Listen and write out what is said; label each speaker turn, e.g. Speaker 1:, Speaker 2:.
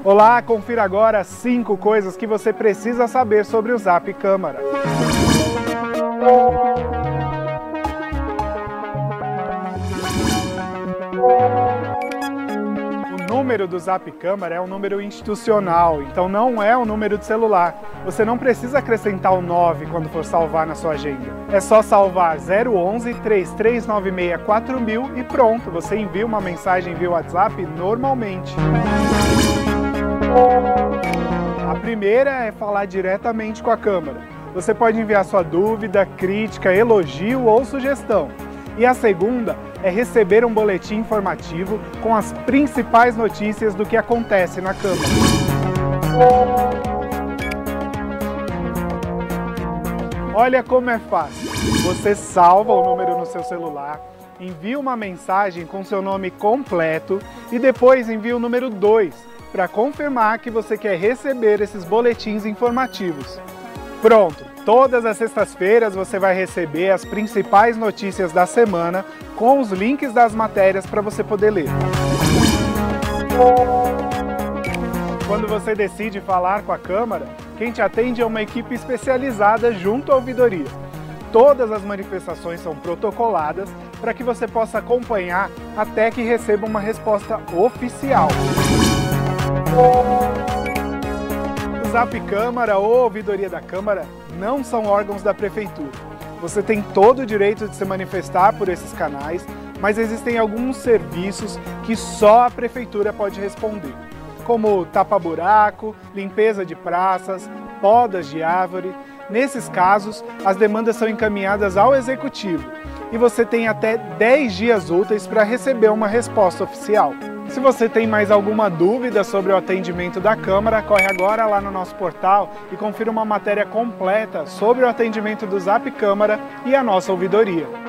Speaker 1: Olá, confira agora 5 coisas que você precisa saber sobre o Zap Câmara. O número do Zap Câmara é um número institucional, então não é um número de celular. Você não precisa acrescentar o 9 quando for salvar na sua agenda. É só salvar 011 3396 4000 e pronto, você envia uma mensagem via WhatsApp normalmente. A primeira é falar diretamente com a Câmara. Você pode enviar sua dúvida, crítica, elogio ou sugestão. E a segunda é receber um boletim informativo com as principais notícias do que acontece na Câmara. Olha como é fácil. Você salva o número no seu celular, envia uma mensagem com seu nome completo e depois envia o número 2 para confirmar que você quer receber esses boletins informativos. Pronto! Todas as sextas-feiras você vai receber as principais notícias da semana com os links das matérias para você poder ler. Quando você decide falar com a Câmara, quem te atende é uma equipe especializada junto à ouvidoria. Todas as manifestações são protocoladas para que você possa acompanhar até que receba uma resposta oficial. O Zap Câmara ou a ouvidoria da Câmara não são órgãos da Prefeitura. Você tem todo o direito de se manifestar por esses canais, mas existem alguns serviços que só a Prefeitura pode responder, como tapa-buraco, limpeza de praças, podas de árvore. Nesses casos, as demandas são encaminhadas ao Executivo e você tem até 10 dias úteis para receber uma resposta oficial. Se você tem mais alguma dúvida sobre o atendimento da Câmara, corre agora lá no nosso portal e confira uma matéria completa sobre o atendimento do Zap Câmara e a nossa ouvidoria.